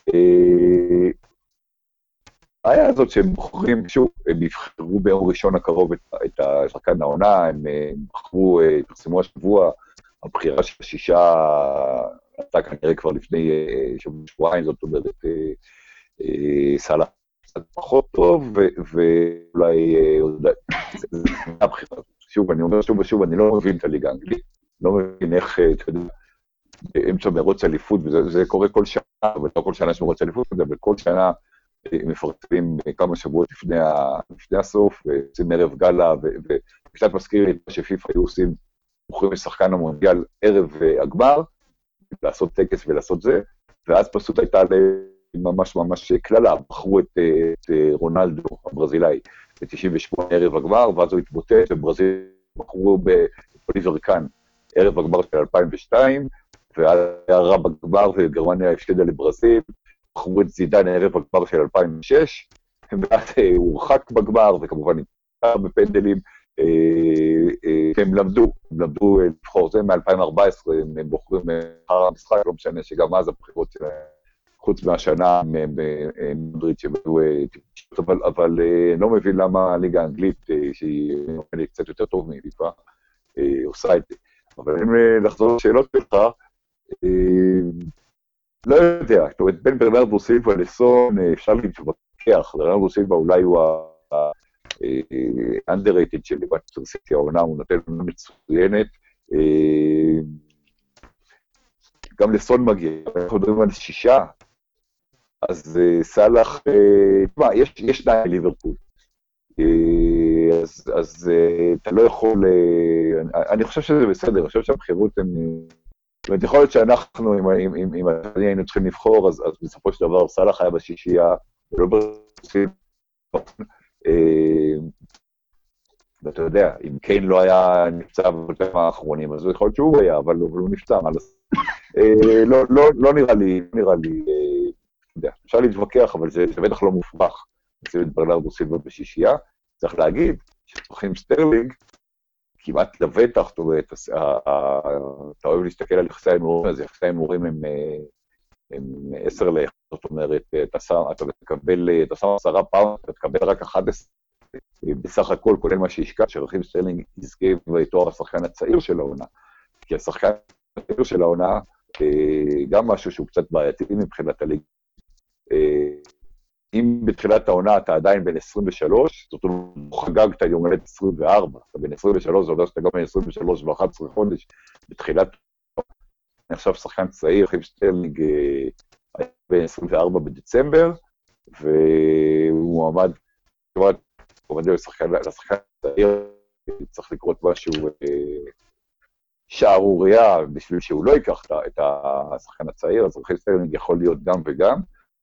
היה הזאת שהם בוחרים, שוב, הם יבחרו ביום ראשון הקרוב את השחקן העונה, הם בחרו, פרסמו השבוע, הבחירה של השישה, אתה כנראה כבר לפני שבועיים, זאת אומרת, סלאח פחות טוב, ואולי, זה הבחירה. שוב, אני אומר שוב ושוב, אני לא מבין את הליגה האנגלית, לא מבין איך, אתה יודע, באמצע מרוץ אליפות, וזה קורה כל שנה, אבל לא כל שנה יש מרוץ אליפות, אבל כל שנה מפרסמים כמה שבועות לפני הסוף, ועושים ערב גלה, וקצת מזכיר לי שפיפה היו עושים, בוחרים לשחקן המונדיאל ערב הגמר, לעשות טקס ולעשות זה, ואז פשוט הייתה ממש ממש כללה, בחרו את רונלדו, הברזילאי, ב-תשעים ושמונה ערב הגמר, ואז הוא התבוטט, וברזיל בחרו באוליבר קאן, ערב הגמר של אלפיים ושתיים, והיה רע בגמר, וגרמניה הפסידה לברזיל, בחרו את זידן ערב הגמר של אלפיים ושש, ואז הוא הורחק בגמר, וכמובן נתפר בפנדלים, הם למדו, הם למדו לבחור זה מ-אלפיים וארבע עשרה, הם בוחרים אחר המשחק, לא משנה שגם אז הבחירות שלהם, חוץ מהשנה במדריד שהם היו טיפשות, אבל לא מבין למה הליגה האנגלית, שהיא קצת יותר טוב מפיפה, עושה את זה. אבל אם לחזור לשאלות שלך, לא יודע, זאת אומרת, בין ברנרדו סילבה לסון, אפשר להתווכח, ברנרדו סילבה אולי הוא ה-underrated של ליברפול סיטי, העונה, הוא נותן עונה מצוינת, גם לסון מגיע, אנחנו מדברים על שישה, אז סלאח, תשמע, יש שניים ליברפול, אז אתה לא יכול, אני חושב שזה בסדר, אני חושב שהבחירות הן, זאת אומרת, יכול להיות שאנחנו, אם היינו צריכים לבחור, אז בסופו של דבר סלאח היה בשישייה, ולא ברסים, ואתה יודע, אם קיין לא היה נפצע בטלם האחרונים, אז יכול להיות שהוא היה, אבל הוא נפצע, לא נראה לי, לא נראה לי, אפשר להתווכח, אבל זה בטח לא מופרך, לשים את ברנרדו סילבה בשישייה, צריך להגיד, שצריכים סטרלינג, כמעט לבטח, זאת אומרת, אתה אוהב להסתכל על יחסי ההימורים, אז יחסי ההימורים הם עשר לאחד, זאת אומרת, אתה מקבל, אתה שם עשרה פעם, אתה תקבל רק אחת עשרה, בסך הכל, כולל מה שהשקע, שרכים סטרלינג יזכה בתואר השחקן הצעיר של העונה, כי השחקן הצעיר של העונה, גם משהו שהוא קצת בעייתי מבחינת הליגה, אם בתחילת העונה אתה עדיין בין עשרים ושלוש, זאת אומרת, חגגת יום הולדת עשרים וארבע, אתה בין עשרים ושלוש, זה יודע שאתה גם בין עשרים ושלוש ואחד עשרה חודש, בתחילת העונה, אני חושב שחקן צעיר, רכים סטרלינג, היה בין עשרים וארבע בדצמבר, והוא עמד, כמובן, הוא עמד לשחקן צעיר, צריך לקרות משהו שערוריה, בשביל שהוא לא ייקח את השחקן הצעיר, אז רכים סטרלינג יכול להיות גם וגם,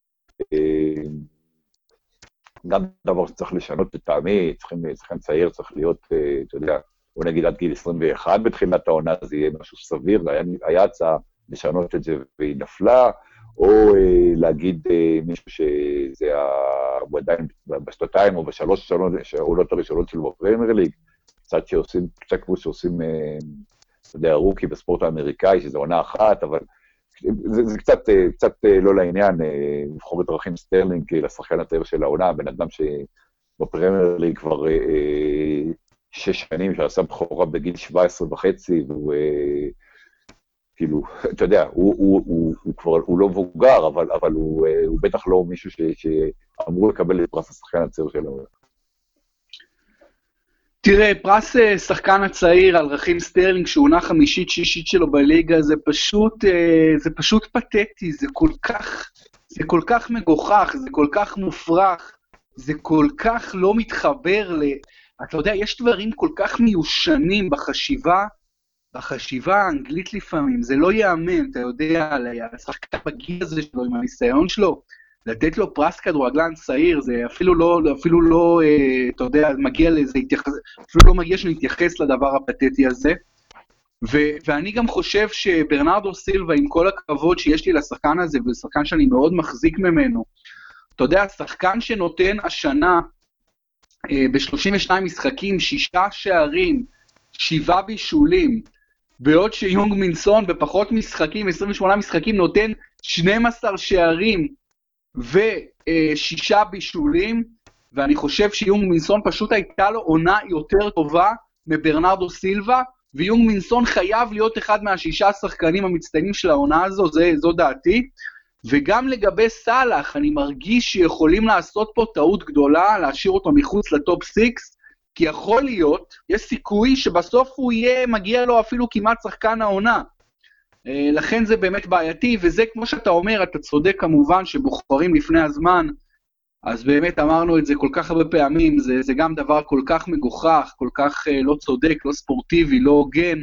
גם דבר שצריך לשנות לטעמי, שחקן צעיר צריך להיות, אתה יודע, בוא נגיד עד גיל עשרים ואחת בתחילת העונה, זה יהיה משהו סביר, היה הצעה לשנות את זה והיא נפלה, או אה, להגיד אה, מישהו שזה ה... הוא עדיין בשנתיים או בשלוש שעולות הראשונות שלו בפרמייר ליג, קצת שעושים, קצת כמו שעושים, אה, אתה יודע, רוקי בספורט האמריקאי, שזה עונה אחת, אבל זה, זה קצת, קצת לא לעניין, לבחור את רכים סטרלינג לשחקן הצעיר של העונה, בן אדם שבפרמייר ליג כבר אה, שש שנים, שעשה בכורה בגיל שבע עשרה וחצי, והוא, אה, כאילו, אתה יודע, הוא, הוא, הוא, הוא כבר, הוא לא מבוגר, אבל, אבל הוא, אה, הוא בטח לא מישהו ש, שאמור לקבל את פרס השחקן הצעיר של העונה. תראה, פרס שחקן הצעיר על רכים סטרלינג, שעונה חמישית שישית שלו בליגה, זה פשוט, זה פשוט פתטי, זה כל כך, זה כל כך מגוחך, זה כל כך מופרך, זה כל כך לא מתחבר ל... אתה יודע, יש דברים כל כך מיושנים בחשיבה, בחשיבה האנגלית לפעמים, זה לא יאמן, אתה יודע, על השחקן בגיל הזה שלו, עם הניסיון שלו, לתת לו פרס כדורגלן צעיר, זה אפילו לא, אפילו לא, אה, אתה יודע, מגיע לזה, התייחס, אפילו לא מגיע שנתייחס לדבר הפתטי הזה, ו, ואני גם חושב שברנרדו סילבה, עם כל הכבוד שיש לי לשחקן הזה, ושחקן שאני מאוד מחזיק ממנו, אתה יודע, שחקן שנותן השנה, אה, ב-שלושים ושניים משחקים, שישה שערים, שבעה בישולים, בעוד שיונג מינסון בפחות משחקים, עשרים ושמונה משחקים, נותן שנים עשר שערים, ושישה בישולים, ואני חושב שיונג מינסון פשוט הייתה לו עונה יותר טובה מברנרדו סילבה, ויונג מינסון חייב להיות אחד מהשישה השחקנים המצטיינים של העונה הזו, זה, זו דעתי, וגם לגבי סלאח, אני מרגיש שיכולים לעשות פה טעות גדולה, להשאיר אותו מחוץ לטופ סיקס, כי יכול להיות, יש סיכוי שבסוף הוא יהיה, מגיע לו אפילו כמעט שחקן העונה, לכן זה באמת בעייתי, וזה כמו שאתה אומר, אתה צודק כמובן שבוחרים לפני הזמן, אז באמת אמרנו את זה כל כך הרבה פעמים, זה, זה גם דבר כל כך מגוחך, כל כך לא צודק, לא ספורטיבי, לא הוגן,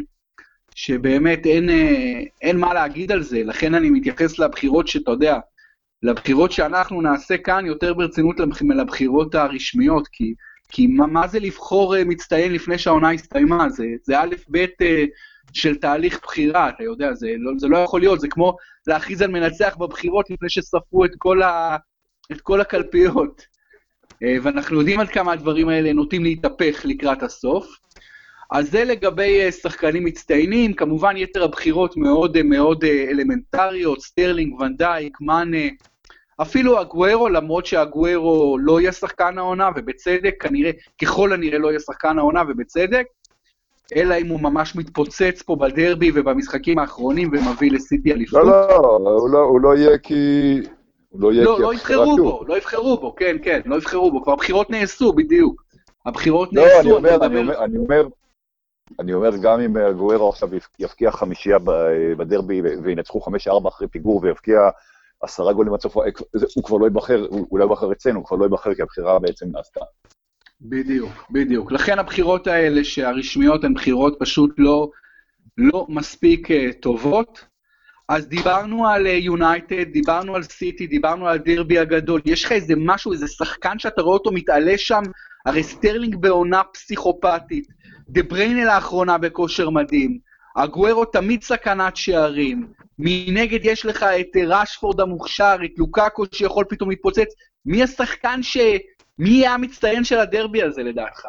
שבאמת אין, אין מה להגיד על זה, לכן אני מתייחס לבחירות שאתה יודע, לבחירות שאנחנו נעשה כאן יותר ברצינות לבחירות הרשמיות, כי, כי מה, מה זה לבחור מצטיין לפני שהעונה הסתיימה, זה, זה א' ב' של תהליך בחירה, אתה יודע, זה לא, זה לא יכול להיות, זה כמו להכריז על מנצח בבחירות לפני שספרו את כל, ה, את כל הקלפיות, ואנחנו יודעים עד כמה הדברים האלה נוטים להתהפך לקראת הסוף, אז זה לגבי שחקנים מצטיינים, כמובן יתר הבחירות מאוד מאוד אלמנטריות, סטרלינג, ונדייק, מאנה, אפילו אגוארו, למרות שאגוארו לא יהיה שחקן העונה, ובצדק, כנראה, ככל הנראה לא יהיה שחקן העונה, ובצדק, אלא אם הוא ממש מתפוצץ פה בדרבי ובמשחקים האחרונים ומביא לסיטי אליפות. לא, לא, הוא לא, הוא לא יהיה כי... לא, לא, לא יבחרו בו, לא יבחרו בו, כן, כן, לא יבחרו בו, כבר הבחירות נעשו בדיוק. הבחירות נעשו, לא, אני אומר, אני אומר, אני אומר, אני אומר, גם אם אגוארו עכשיו יפקיע חמישייה בדרבי וינצחו חמש ארבע אחרי פיגור ויפקיע עשרה גולים עד סוף, הוא כבר לא יבחר, הוא לא יבחר אצלנו, הוא כבר לא יבחר כי הבחירה בעצם נעשתה. בדיוק, בדיוק. לכן הבחירות האלה שהרשמיות הן בחירות פשוט לא, לא מספיק uh, טובות. אז דיברנו על יונייטד, uh, דיברנו על סיטי, דיברנו על דרבי הגדול. יש לך איזה משהו, איזה שחקן שאתה רואה אותו מתעלה שם, הרי סטרלינג בעונה פסיכופתית, דה בריינה לאחרונה בכושר מדהים, אגוארו תמיד סכנת שערים, מנגד יש לך את רשפורד המוכשר, את לוקאקו שיכול פתאום להתפוצץ, מי השחקן ש... מי יהיה המצטיין של הדרבי הזה לדעתך?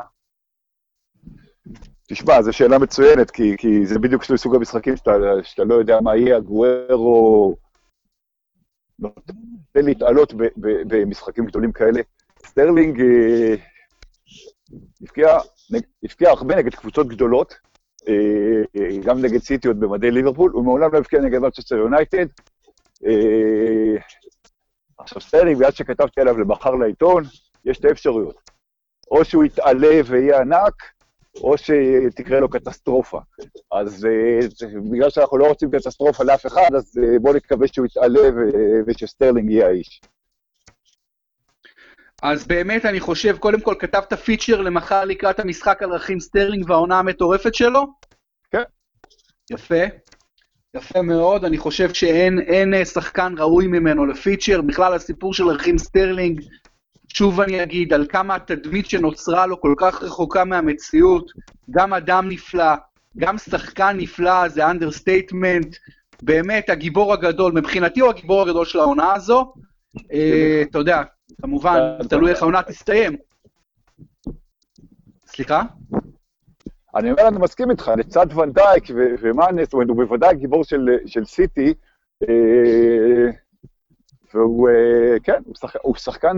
תשמע, זו שאלה מצוינת, כי, כי זה בדיוק סוג המשחקים שאתה, שאתה לא יודע מה יהיה, אגוארו נותן להתעלות ב, ב, במשחקים גדולים כאלה. סטרלינג אה, הפקיע, הפקיע הרבה נגד קבוצות גדולות, אה, גם נגד סיטיות במדי ליברפול, ומעולם לא הפקיע נגד מנצ'סטר יונייטד. אה, עכשיו סטרלינג, ועד שכתבתי עליו למחר לעיתון, יש את האפשרויות. או שהוא יתעלה ויהיה ענק, או שתקרה לו קטסטרופה. אז בגלל שאנחנו לא רוצים קטסטרופה לאף אחד, אז בואו נקווה שהוא יתעלה ושסטרלינג יהיה האיש. אז באמת אני חושב, קודם כל כתבת פיצ'ר למחר לקראת המשחק על רכים סטרלינג והעונה המטורפת שלו? כן. יפה. יפה מאוד, אני חושב שאין אין שחקן ראוי ממנו לפיצ'ר, בכלל הסיפור של רכים סטרלינג, שוב אני אגיד, על כמה התדמית שנוצרה לו כל כך רחוקה מהמציאות, גם אדם נפלא, גם שחקן נפלא, זה אנדרסטייטמנט, באמת הגיבור הגדול, מבחינתי הוא הגיבור הגדול של העונה הזו, אתה יודע, כמובן, תלוי איך העונה תסתיים. סליחה? אני אומר, אני מסכים איתך, לצד ון דייק ומאנס, הוא בוודאי גיבור של סיטי, והוא, כן, הוא שחקן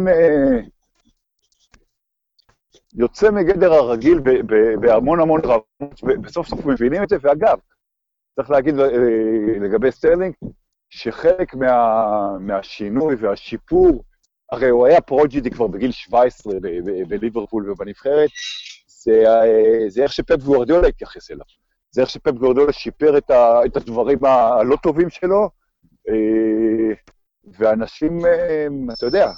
יוצא מגדר הרגיל בהמון המון רמות, ובסוף סוף מבינים את זה, ואגב, צריך להגיד לגבי סטרלינג, שחלק מהשינוי והשיפור, הרי הוא היה פרוג'יטי כבר בגיל שבע עשרה בליברפול ובנבחרת, זה איך שפפ גוארדיולה התייחס אליו, זה איך שפפ גוארדיולה שיפר את הדברים הלא טובים שלו, ואנשים, אתה יודע,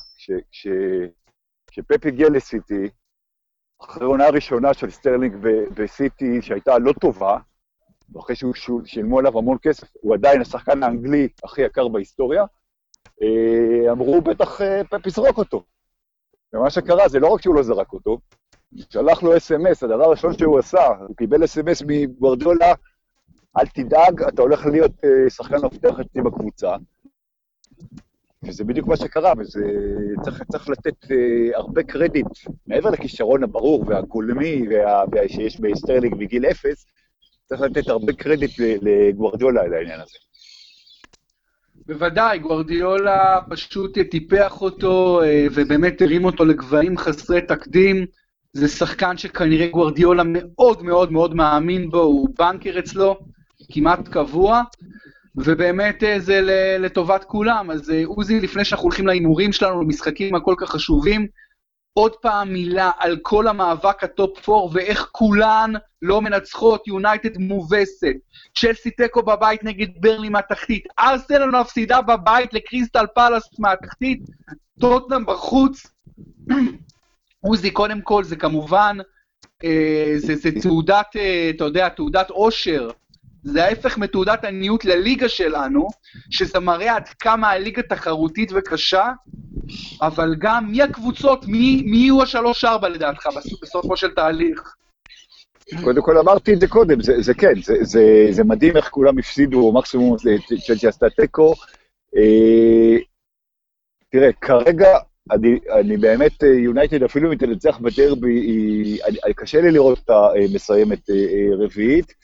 כשפפ הגיע לסיטי, אחרי עונה הראשונה של סטרלינג בסיטי שהייתה לא טובה, ואחרי שהוא שילמו עליו המון כסף, הוא עדיין השחקן האנגלי הכי יקר בהיסטוריה, אמרו בטח פפ יזרוק אותו. ומה שקרה זה לא רק שהוא לא זרק אותו, שלח לו אס אם אס, הדבר הראשון שהוא עשה, הוא קיבל אס אם אס מגוארדיולה, אל תדאג, אתה הולך להיות שחקן מפתח אצלי בקבוצה, וזה בדיוק מה שקרה, וזה צריך, צריך לתת הרבה קרדיט, מעבר לכישרון הברור והגולמי וה, שיש בסטרלינג בגיל אפס, צריך לתת הרבה קרדיט לגוארדיולה על העניין הזה. בוודאי, גוארדיולה פשוט טיפח אותו, ובאמת הרים אותו לגבהים חסרי תקדים, זה שחקן שכנראה גוארדיולה מאוד מאוד מאוד מאמין בו, הוא בנקר אצלו, כמעט קבוע, ובאמת זה לטובת כולם. אז עוזי, לפני שאנחנו הולכים לאימורים שלנו, למשחקים הכל כך חשובים, עוד פעם מילה על כל המאבק הטופ ארבע, ואיך כולן לא מנצחות, יונייטד מובסת, צ'לסי טקו בבית נגד ברלי מהתחתית, ארסנל מפסידה בבית לקריסטל פלאס מהתחתית, טוטנהאם בחוץ. עוזי, קודם כל זה כמובן, אה, זה, זה תעודת, אה, אתה יודע, תעודת עושר, זה ההפך מתעודת עניות לליגה שלנו, שזה מראה עד כמה הליגה תחרותית וקשה, אבל גם מי הקבוצות, מי, מי יהיו השלוש ארבע לדעתך בסופו של תהליך? קודם כל אמרתי את זה קודם, זה, זה כן, זה, זה, זה מדהים איך כולם הפסידו, מקסימום צ'לסי עשתה תיקו. אה, תראה, כרגע, אני, אני באמת, יונייטד אפילו אם תנצח בדרבי, אני, קשה לי לראות אותה מסיימת רביעית.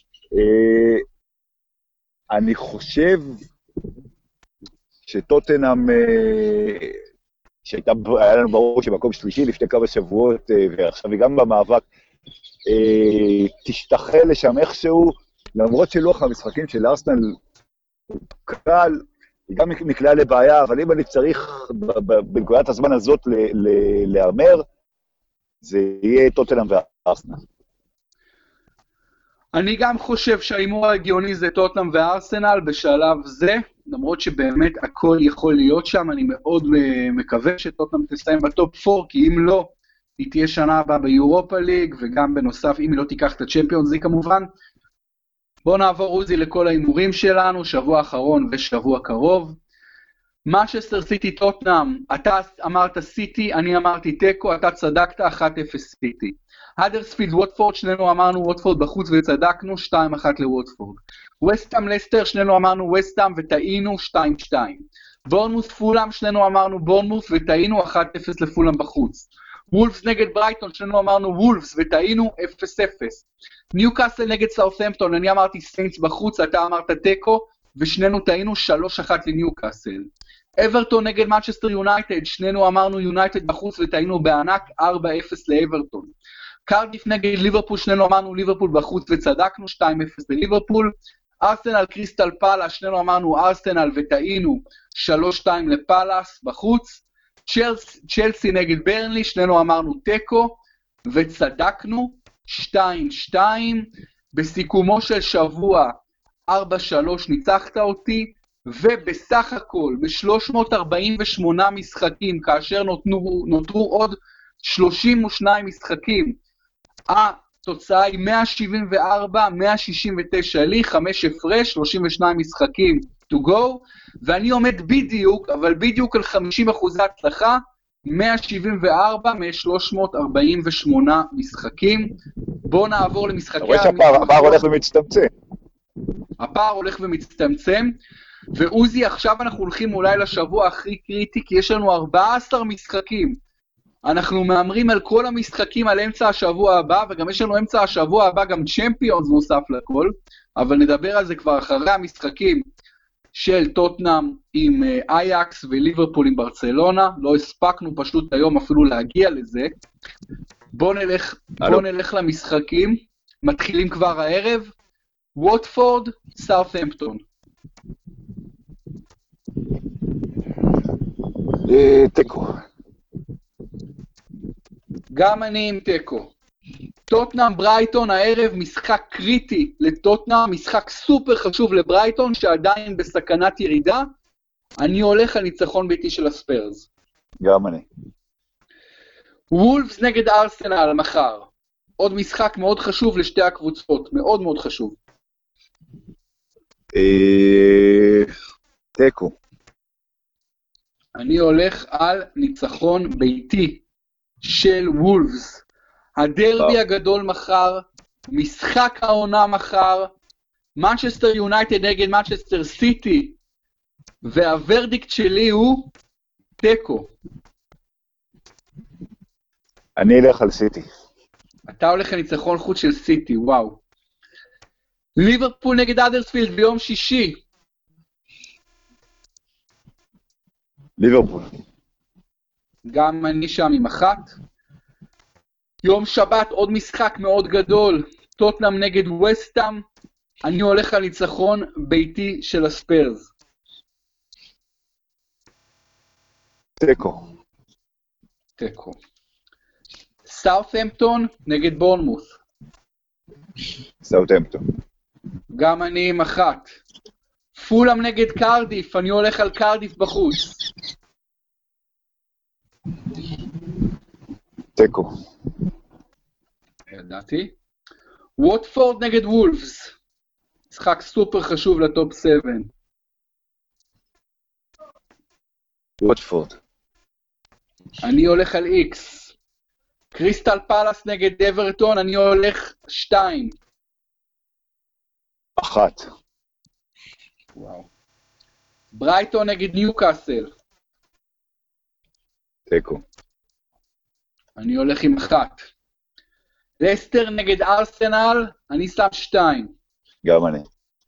אני חושב שטוטנהאם, שהייתה, היה לנו ברור שמקום שלישי לפני כמה שבועות, ועכשיו היא גם במאבק, תשתחל לשם איכשהו, למרות שלוח המשחקים של ארסנל הוא קל, היא גם נקלעה לבעיה, אבל אם אני צריך בנקודת הזמן הזאת להאמר, זה יהיה טוטנהאם וארסנל. אני גם חושב שהאימור הגיוני זה טוטנהאם וארסנל בשלב זה, למרות שבאמת הכל יכול להיות שם, אני מאוד מקווה שטוטנהאם תסיים בטופ ארבע, כי אם לא, היא תהיה שנה הבאה ביורופה ליג, וגם בנוסף, אם היא לא תיקח את הצ'מפיונס ליג כמובן. בואו נעבור עוזי לכל האימורים שלנו, שבוע אחרון ושבוע קרוב. מנצ'סטר סיטי טוטנהאם, אתה אמרת סיטי, אני אמרתי טקו, אתה צדקת אחת אפס סיטי. האדרספילד ווטפורד, שנינו אמרנו ווטפורד בחוץ וצדקנו, שתיים אחת לווטפורד. וסטהאם לסטר, שנינו אמרנו וסטהאם וטעינו, שתיים שתיים. בורנמות' פולהאם, שנינו אמרנו בורנמות' וטעינו, אחת אפס לפולהאם בחוץ. וולפס נגד ברייטון, שנינו אמרנו וולפס וטעינו, אפס אפס. ניוקאסל נגד סאות'המפטון, אני אמרתי סיינטס בחוץ, אתה אמרת טקו, ושנינו טעינו שלוש אחת לניוקאסל. אברטון נגד מנצ'סטר יונייטד, שנינו אמרנו יונייטד בחוץ וטעינו בענק, ארבע אפס לאברטון. קרדיף נגד ליברפול, שנינו אמרנו ליברפול בחוץ וצדקנו, שתיים אפס לליברפול. ארסנל קריסטל פלאס, שנינו אמרנו ארסנל וטעינו, שלוש שתיים לפלאס בחוץ. צ'לסי נגד ברנלי, שנינו אמרנו טקו וצדקנו, שתיים שתיים. בסיכומו של שבוע, ארבע שלוש ניצחת אותי, ובסך הכל, ב-שלוש מאות ארבעים ושמונה משחקים, כאשר נותרו, נותרו עוד שלושים ושניים משחקים, התוצאה היא מאה שבעים וארבע מאה שישים ותשע לי, חמש הפרש, שלושים ושניים משחקים to go, ואני עומד בדיוק, אבל בדיוק על חמישים אחוז הצלחה, מאה שבעים וארבע מ-שלוש מאות ארבעים ושמונה משחקים. בואו נעבור למשחקי... אתה רואה שהפער הולך ומצטמצם. הפער הולך ומצטמצם, ועוזי, עכשיו אנחנו הולכים אולי לשבוע הכי קריטי, כי יש לנו ארבעה עשר משחקים. אנחנו מאמרים על כל המשחקים על אמצע השבוע הבא, וגם יש לנו אמצע השבוע הבא גם צ'מפיונס נוסף לכל, אבל נדבר על זה כבר אחרי המשחקים של טוטנאם עם אייקס וליברפול עם ברצלונה. לא הספקנו פשוט היום אפילו להגיע לזה. בוא נלך, בוא נלך למשחקים, מתחילים כבר הערב. ווטפורד, סאות'המפטון. תיקו. גם אני עם תיקו. טוטנאם ברייטון הערב, משחק קריטי לטוטנאם, משחק סופר חשוב לברייטון שעדיין בסכנת ירידה. אני הולך על ניצחון ביתי של הספרס. גם אני. וולפס נגד ארסנל מחר. עוד משחק מאוד חשוב לשתי הקבוצות, מאוד מאוד חשוב. תיקו. אני הולך על ניצחון ביתי של וולפס. הדרבי הגדול מחר, משחק העונה מחר, מנצ'סטר יונייטד נגד מנצ'סטר סיטי, והוורדיקט שלי הוא תיקו. אני אלך על סיטי. אתה הולך לניצחון חוץ של סיטי, וואו. ליברפול נגד אדרספילד ביום שישי. ליברפול. גם אני שם עם אחת. יום שבת עוד משחק מאוד גדול, טוטנאם נגד וסטהאם. אני הולך על ניצחון ביתי של הספרס. תיקו. תיקו. סאות'המפטון נגד בורנמות'. סאות'המפטון. גם אני עם אחת. פולהאם נגד קרדיף, אני הולך על קרדיף בחוץ. תיקו. ידעתי. ווטפורד נגד וולפס. משחק סופר חשוב לטופ שבע. ווטפורד. אני הולך על איקס. קריסטל פלאס נגד אברטון, אני הולך שתיים. אחת. וואו. ברייטון נגד ניוקאסל. תיקו. אני הולך עם אחת. לסטר נגד ארסנל, אני שם שתיים. גם אני.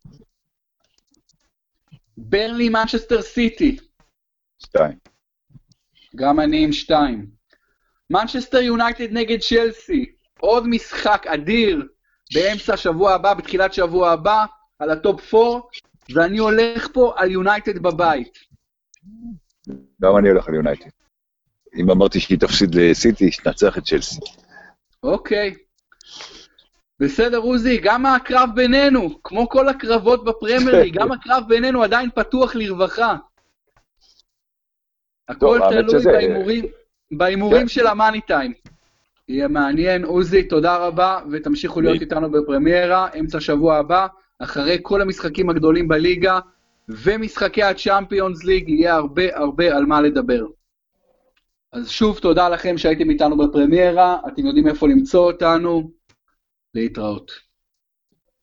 ברלי מנצ'סטר סיטי. שתיים. גם אני עם שתיים. מנצ'סטר יונייטד נגד צ'לסי. עוד משחק אדיר באמצע שבוע הבא, בתחילת שבוע הבא, על הטופ ארבע, ואני הולך פה על יונייטד בבית. גם אני הולך על יונייטד. אם אמרתי שהיא תפסיד לסיטי, שתנצח את צ'לסי. אוקיי. בסדר עוזי, גם הקרב בינינו, כמו כל הקרבות בפרמייר ליג, גם הקרב בינינו עדיין פתוח לרווחה. הכל תלוי בהימורים, בהימורים של המאני טיים. יהיה מעניין. עוזי, תודה רבה, ותמשיכו להיות איתנו בפרמיירה, אמצע שבוע הבא, אחרי כל המשחקים הגדולים בליגה, ומשחקי הצ'אמפיונס ליג, יהיה הרבה הרבה על מה לדבר. אז שוב תודה לכם שהייתם איתנו בפרמיירה, אתם יודעים איפה למצוא אותנו, להתראות.